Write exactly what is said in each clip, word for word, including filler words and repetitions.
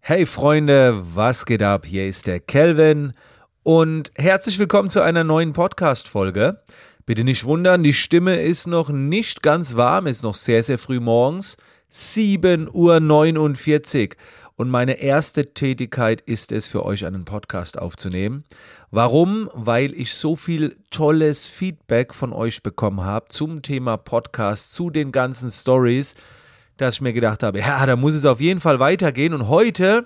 Hey Freunde, was geht ab? Hier ist der Kelvin und herzlich willkommen zu einer neuen Podcast-Folge. Bitte nicht wundern, die Stimme ist noch nicht ganz warm, ist noch sehr, sehr früh morgens, sieben Uhr neunundvierzig und meine erste Tätigkeit ist es, für euch einen Podcast aufzunehmen. Warum? Weil ich so viel tolles Feedback von euch bekommen habe zum Thema Podcast, zu den ganzen Stories, dass ich mir gedacht habe, ja, da muss es auf jeden Fall weitergehen. Und heute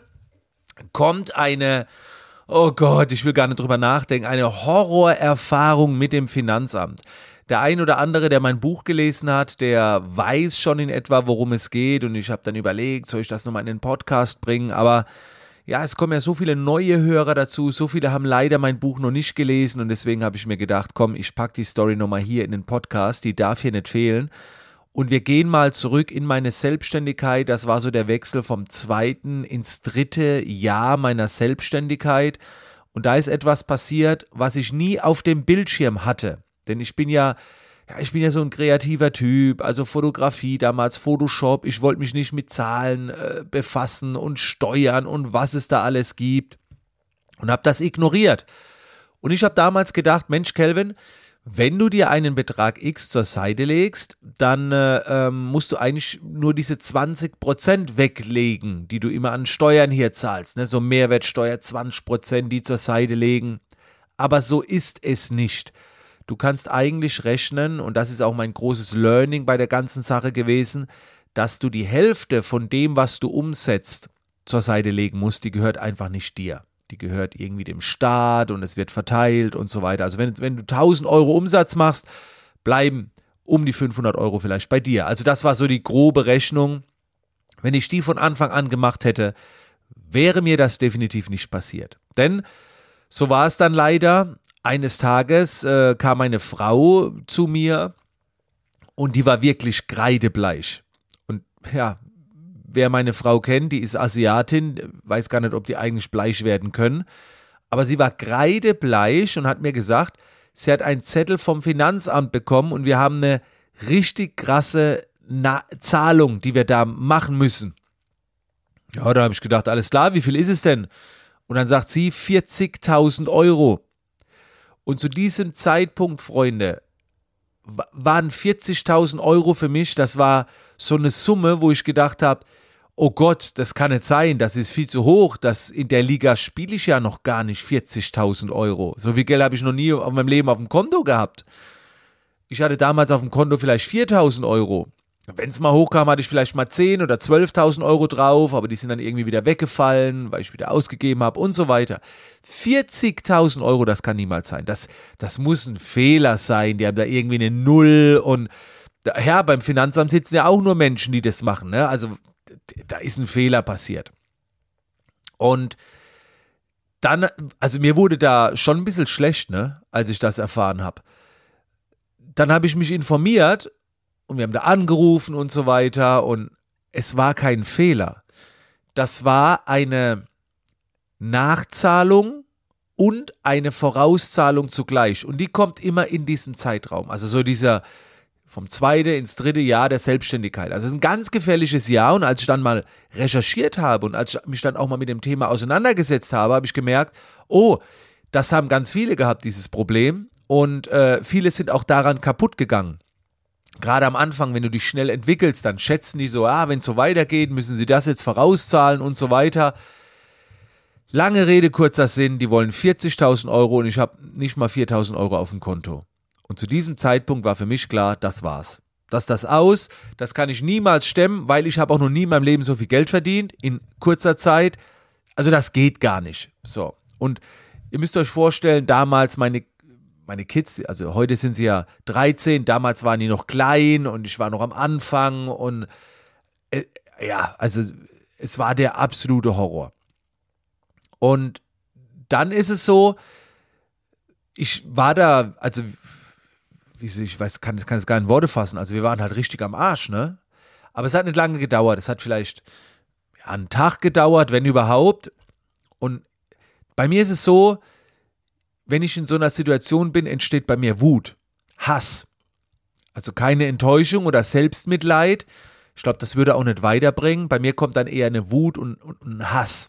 kommt eine, oh Gott, ich will gar nicht drüber nachdenken, eine Horrorerfahrung mit dem Finanzamt. Der ein oder andere, der mein Buch gelesen hat, der weiß schon in etwa, worum es geht. Und ich habe dann überlegt, soll ich das nochmal in den Podcast bringen? Aber ja, es kommen ja so viele neue Hörer dazu. So viele haben leider mein Buch noch nicht gelesen. Und deswegen habe ich mir gedacht, komm, ich packe die Story nochmal hier in den Podcast. Die darf hier nicht fehlen. Und wir gehen mal zurück in meine Selbstständigkeit. Das war so der Wechsel vom zweiten ins dritte Jahr meiner Selbstständigkeit. Und da ist etwas passiert, was ich nie auf dem Bildschirm hatte. Denn ich bin ja, ja, ich bin ja so ein kreativer Typ, also Fotografie damals, Photoshop. Ich wollte mich nicht mit Zahlen äh, befassen und Steuern und was es da alles gibt. Und habe das ignoriert. Und ich habe damals gedacht, Mensch, Kelvin, wenn du dir einen Betrag X zur Seite legst, dann äh, ähm, musst du eigentlich nur diese zwanzig Prozent weglegen, die du immer an Steuern hier zahlst. Ne? So Mehrwertsteuer, zwanzig Prozent, die zur Seite legen. Aber so ist es nicht. Du kannst eigentlich rechnen, und das ist auch mein großes Learning bei der ganzen Sache gewesen, dass du die Hälfte von dem, was du umsetzt, zur Seite legen musst, die gehört einfach nicht dir. Die gehört irgendwie dem Staat und es wird verteilt und so weiter. Also wenn, wenn du tausend Euro Umsatz machst, bleiben um die fünfhundert Euro vielleicht bei dir. Also das war so die grobe Rechnung. Wenn ich die von Anfang an gemacht hätte, wäre mir das definitiv nicht passiert. Denn so war es dann leider. Eines Tages äh, kam eine Frau zu mir und die war wirklich kreidebleich. Und ja, wer meine Frau kennt, die ist Asiatin, weiß gar nicht, ob die eigentlich bleich werden können. Aber sie war kreidebleich und hat mir gesagt, sie hat einen Zettel vom Finanzamt bekommen und wir haben eine richtig krasse Na- Zahlung, die wir da machen müssen. Ja, da habe ich gedacht, alles klar, wie viel ist es denn? Und dann sagt sie vierzigtausend Euro. Und zu diesem Zeitpunkt, Freunde, waren vierzigtausend Euro für mich, das war so eine Summe, wo ich gedacht habe, oh Gott, das kann nicht sein, das ist viel zu hoch, das, in der Liga spiele ich ja noch gar nicht vierzigtausend Euro. So viel Geld habe ich noch nie auf meinem Leben auf dem Konto gehabt. Ich hatte damals auf dem Konto vielleicht viertausend Euro. Wenn es mal hochkam, hatte ich vielleicht mal zehn oder zwölftausend Euro drauf, aber die sind dann irgendwie wieder weggefallen, weil ich wieder ausgegeben habe und so weiter. vierzigtausend Euro, das kann niemals sein. Das, das muss ein Fehler sein, die haben da irgendwie eine Null und ja, beim Finanzamt sitzen ja auch nur Menschen, die das machen, ne? Also da ist ein Fehler passiert. Und dann, also mir wurde da schon ein bisschen schlecht, ne, als ich das erfahren habe. Dann habe ich mich informiert und wir haben da angerufen und so weiter und es war kein Fehler. Das war eine Nachzahlung und eine Vorauszahlung zugleich und die kommt immer in diesem Zeitraum. Also so dieser vom zweiten ins dritte Jahr der Selbstständigkeit. Also es ist ein ganz gefährliches Jahr und als ich dann mal recherchiert habe und als ich mich dann auch mal mit dem Thema auseinandergesetzt habe, habe ich gemerkt, oh, das haben ganz viele gehabt, dieses Problem und äh, viele sind auch daran kaputt gegangen. Gerade am Anfang, wenn du dich schnell entwickelst, dann schätzen die so, ah, wenn es so weitergeht, müssen sie das jetzt vorauszahlen und so weiter. Lange Rede, kurzer Sinn, die wollen vierzigtausend Euro und ich habe nicht mal viertausend Euro auf dem Konto. Und zu diesem Zeitpunkt war für mich klar, das war's. Das ist das aus, das kann ich niemals stemmen, weil ich habe auch noch nie in meinem Leben so viel Geld verdient, in kurzer Zeit. Also das geht gar nicht. So. Und ihr müsst euch vorstellen, damals meine, meine Kids, also heute sind sie ja dreizehn, damals waren die noch klein und ich war noch am Anfang und äh, ja, also es war der absolute Horror. Und dann ist es so, ich war da, also ich weiß, kann, kann es gar nicht in Worte fassen, also wir waren halt richtig am Arsch, ne? Aber es hat nicht lange gedauert, es hat vielleicht ja, einen Tag gedauert, wenn überhaupt. Und bei mir ist es so, wenn ich in so einer Situation bin, entsteht bei mir Wut, Hass. Also keine Enttäuschung oder Selbstmitleid. Ich glaube, das würde auch nicht weiterbringen. Bei mir kommt dann eher eine Wut und, und ein Hass.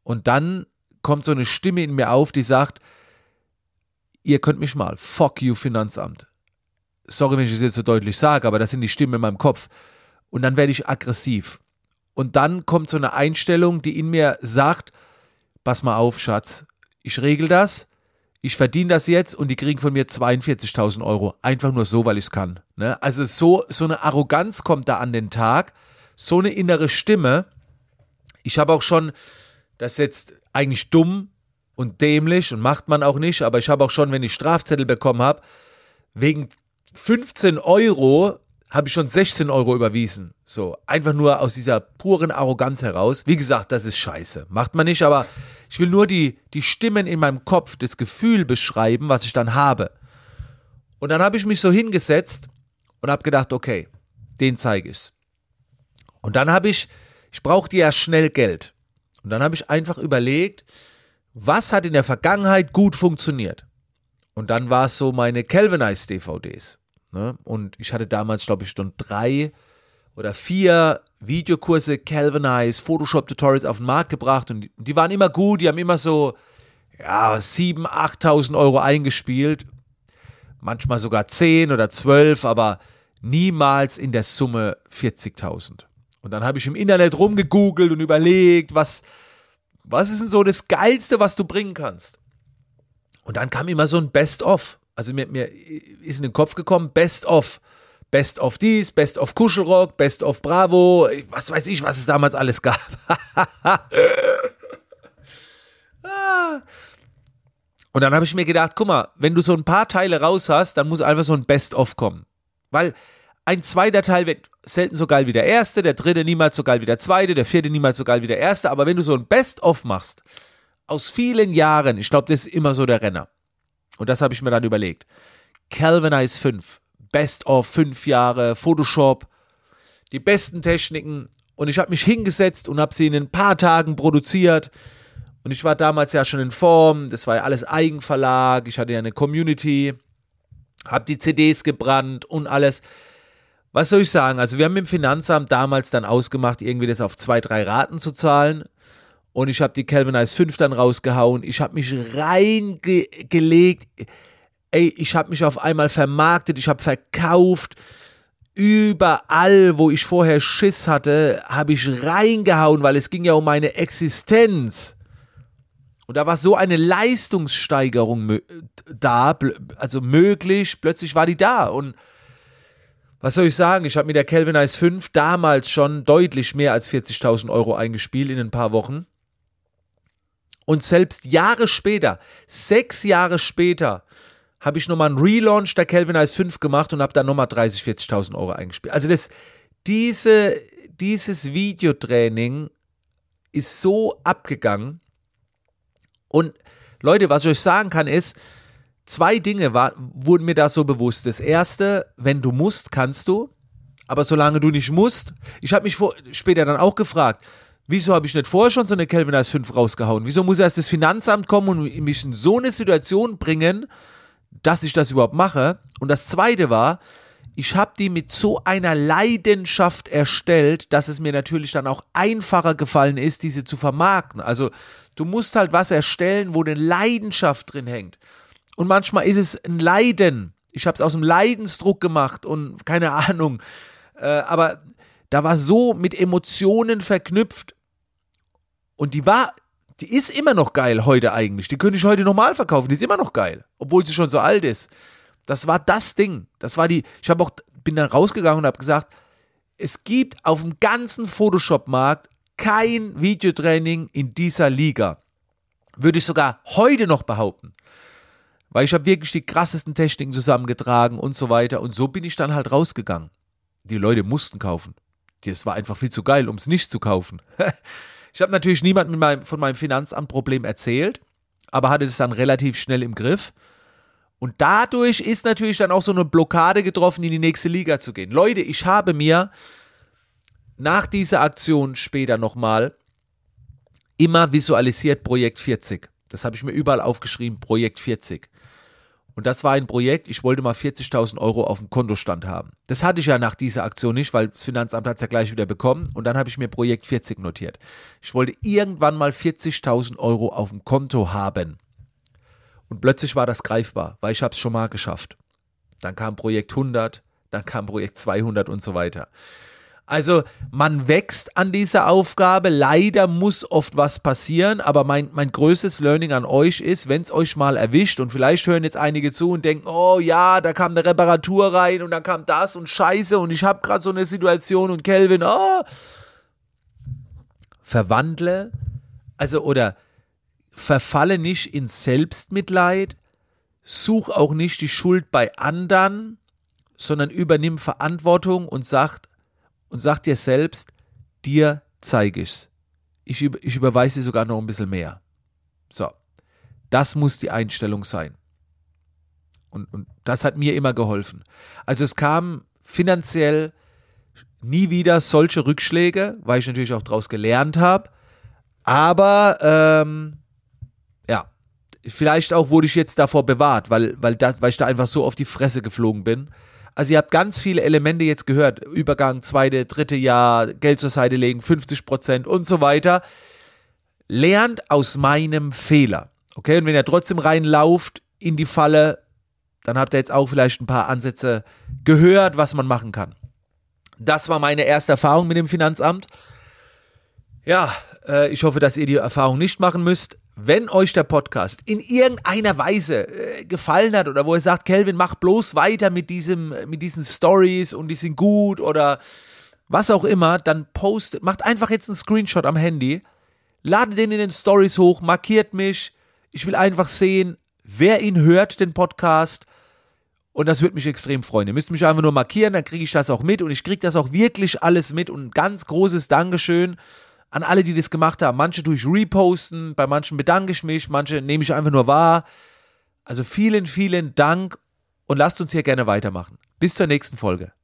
Und dann kommt so eine Stimme in mir auf, die sagt, ihr könnt mich mal, fuck you Finanzamt. Sorry, wenn ich das jetzt so deutlich sage, aber das sind die Stimmen in meinem Kopf. Und dann werde ich aggressiv. Und dann kommt so eine Einstellung, die in mir sagt, pass mal auf, Schatz, ich regel das, ich verdiene das jetzt und die kriegen von mir zweiundvierzigtausend Euro. Einfach nur so, weil ich es kann. Ne? Also so, so eine Arroganz kommt da an den Tag, so eine innere Stimme. Ich habe auch schon, das ist jetzt eigentlich dumm und dämlich und macht man auch nicht, aber ich habe auch schon, wenn ich Strafzettel bekommen habe, wegen fünfzehn Euro habe ich schon sechzehn Euro überwiesen. So, einfach nur aus dieser puren Arroganz heraus. Wie gesagt, das ist scheiße. Macht man nicht, aber ich will nur die, die Stimmen in meinem Kopf, das Gefühl beschreiben, was ich dann habe. Und dann habe ich mich so hingesetzt und habe gedacht, okay, den zeige ich's. Und dann habe ich, ich brauchte ja schnell Geld. Und dann habe ich einfach überlegt, was hat in der Vergangenheit gut funktioniert? Und dann war es so meine Calvinize D V Ds. Ne? Und ich hatte damals, glaube ich, schon drei oder vier Videokurse Calvinize, Photoshop-Tutorials auf den Markt gebracht. Und die, die waren immer gut, die haben immer so ja, siebentausend, achttausend Euro eingespielt. Manchmal sogar zehn oder zwölf, aber niemals in der Summe vierzigtausend. Und dann habe ich im Internet rumgegoogelt und überlegt, was, was ist denn so das Geilste, was du bringen kannst? Und dann kam immer so ein Best-of. Also mir, mir ist in den Kopf gekommen, Best-of. Best-of dies, Best-of Kuschelrock, Best-of Bravo, was weiß ich, was es damals alles gab. Und dann habe ich mir gedacht, guck mal, wenn du so ein paar Teile raus hast, dann muss einfach so ein Best-of kommen. Weil ein zweiter Teil wird selten so geil wie der erste, der dritte niemals so geil wie der zweite, der vierte niemals so geil wie der erste. Aber wenn du so ein Best-of machst, aus vielen Jahren, ich glaube, das ist immer so der Renner. Und das habe ich mir dann überlegt. Calvinize fünf, Best-of fünf Jahre, Photoshop, die besten Techniken. Und ich habe mich hingesetzt und habe sie in ein paar Tagen produziert. Und ich war damals ja schon in Form, das war ja alles Eigenverlag, ich hatte ja eine Community, habe die C Ds gebrannt und alles. Was soll ich sagen? Also wir haben mit dem Finanzamt damals dann ausgemacht, irgendwie das auf zwei, drei Raten zu zahlen. Und ich habe die Calvinize fünf dann rausgehauen. Ich habe mich reingelegt. Ey, ich habe mich auf einmal vermarktet. Ich habe verkauft. Überall, wo ich vorher Schiss hatte, habe ich reingehauen, weil es ging ja um meine Existenz. Und da war so eine Leistungssteigerung mö- da, also möglich. Plötzlich war die da. Und was soll ich sagen? Ich habe mit der Calvinize fünf damals schon deutlich mehr als vierzigtausend Euro eingespielt in ein paar Wochen. Und selbst Jahre später, sechs Jahre später, habe ich nochmal einen Relaunch der Calvinize fünf gemacht und habe dann nochmal dreißigtausend, vierzigtausend Euro eingespielt. Also das, diese, dieses Videotraining ist so abgegangen. Und Leute, was ich euch sagen kann ist, zwei Dinge war, wurden mir da so bewusst. Das erste, wenn du musst, kannst du. Aber solange du nicht musst, ich habe mich vor, später dann auch gefragt, wieso habe ich nicht vorher schon so eine Calvinize fünf rausgehauen? Wieso muss erst das Finanzamt kommen und mich in so eine Situation bringen, dass ich das überhaupt mache? Und das Zweite war, ich habe die mit so einer Leidenschaft erstellt, dass es mir natürlich dann auch einfacher gefallen ist, diese zu vermarkten. Also du musst halt was erstellen, wo eine Leidenschaft drin hängt. Und manchmal ist es ein Leiden. Ich habe es aus dem Leidensdruck gemacht und keine Ahnung. Äh, aber da war so mit Emotionen verknüpft. Und die war, die ist immer noch geil heute eigentlich. Die könnte ich heute normal verkaufen. Die ist immer noch geil, obwohl sie schon so alt ist. Das war das Ding. Das war die. Ich habe auch, bin dann rausgegangen und habe gesagt, es gibt auf dem ganzen Photoshop-Markt kein Videotraining in dieser Liga. Würde ich sogar heute noch behaupten. Weil ich habe wirklich die krassesten Techniken zusammengetragen und so weiter. Und so bin ich dann halt rausgegangen. Die Leute mussten kaufen. Das war einfach viel zu geil, um es nicht zu kaufen. Ich habe natürlich niemandem meinem, von meinem Finanzamtproblem erzählt, aber hatte das dann relativ schnell im Griff. Und dadurch ist natürlich dann auch so eine Blockade getroffen, in die nächste Liga zu gehen. Leute, ich habe mir nach dieser Aktion später nochmal immer visualisiert Projekt vierzig. Das habe ich mir überall aufgeschrieben, Projekt vierzig. Und das war ein Projekt, ich wollte mal vierzigtausend Euro auf dem Kontostand haben. Das hatte ich ja nach dieser Aktion nicht, weil das Finanzamt hat es ja gleich wieder bekommen. Und dann habe ich mir Projekt vierzig notiert. Ich wollte irgendwann mal vierzigtausend Euro auf dem Konto haben. Und plötzlich war das greifbar, weil ich habe es schon mal geschafft. Dann kam Projekt hundert, dann kam Projekt zweihundert und so weiter. Also man wächst an dieser Aufgabe, leider muss oft was passieren, aber mein, mein größtes Learning an euch ist, wenn es euch mal erwischt und vielleicht hören jetzt einige zu und denken, oh ja, da kam eine Reparatur rein und dann kam das und Scheiße und ich habe gerade so eine Situation und Kelvin, oh, verwandle, also oder verfalle nicht in Selbstmitleid, such auch nicht die Schuld bei anderen, sondern übernimm Verantwortung und sag, und sag dir selbst, dir zeige ich's. Ich, ich überweise dir sogar noch ein bisschen mehr. So, das muss die Einstellung sein. Und, und das hat mir immer geholfen. Also es kam finanziell nie wieder solche Rückschläge, weil ich natürlich auch daraus gelernt habe. Aber ähm, ja, vielleicht auch wurde ich jetzt davor bewahrt, weil, weil, das, weil ich da einfach so auf die Fresse geflogen bin. Also ihr habt ganz viele Elemente jetzt gehört, Übergang, zweite, dritte Jahr, Geld zur Seite legen, fünfzig Prozent und so weiter. Lernt aus meinem Fehler, okay? Und wenn ihr trotzdem reinlauft in die Falle, dann habt ihr jetzt auch vielleicht ein paar Ansätze gehört, was man machen kann. Das war meine erste Erfahrung mit dem Finanzamt. Ja, äh, ich hoffe, dass ihr die Erfahrung nicht machen müsst. Wenn euch der Podcast in irgendeiner Weise äh, gefallen hat oder wo ihr sagt, Kelvin, mach bloß weiter mit diesem, mit diesen Stories und die sind gut oder was auch immer, dann postet, macht einfach jetzt einen Screenshot am Handy, ladet den in den Stories hoch, markiert mich. Ich will einfach sehen, wer ihn hört, den Podcast. Und das würde mich extrem freuen. Ihr müsst mich einfach nur markieren, dann kriege ich das auch mit und ich kriege das auch wirklich alles mit und ein ganz großes Dankeschön an alle, die das gemacht haben. Manche tue ich reposten, bei manchen bedanke ich mich, manche nehme ich einfach nur wahr. Also vielen, vielen Dank und lasst uns hier gerne weitermachen. Bis zur nächsten Folge.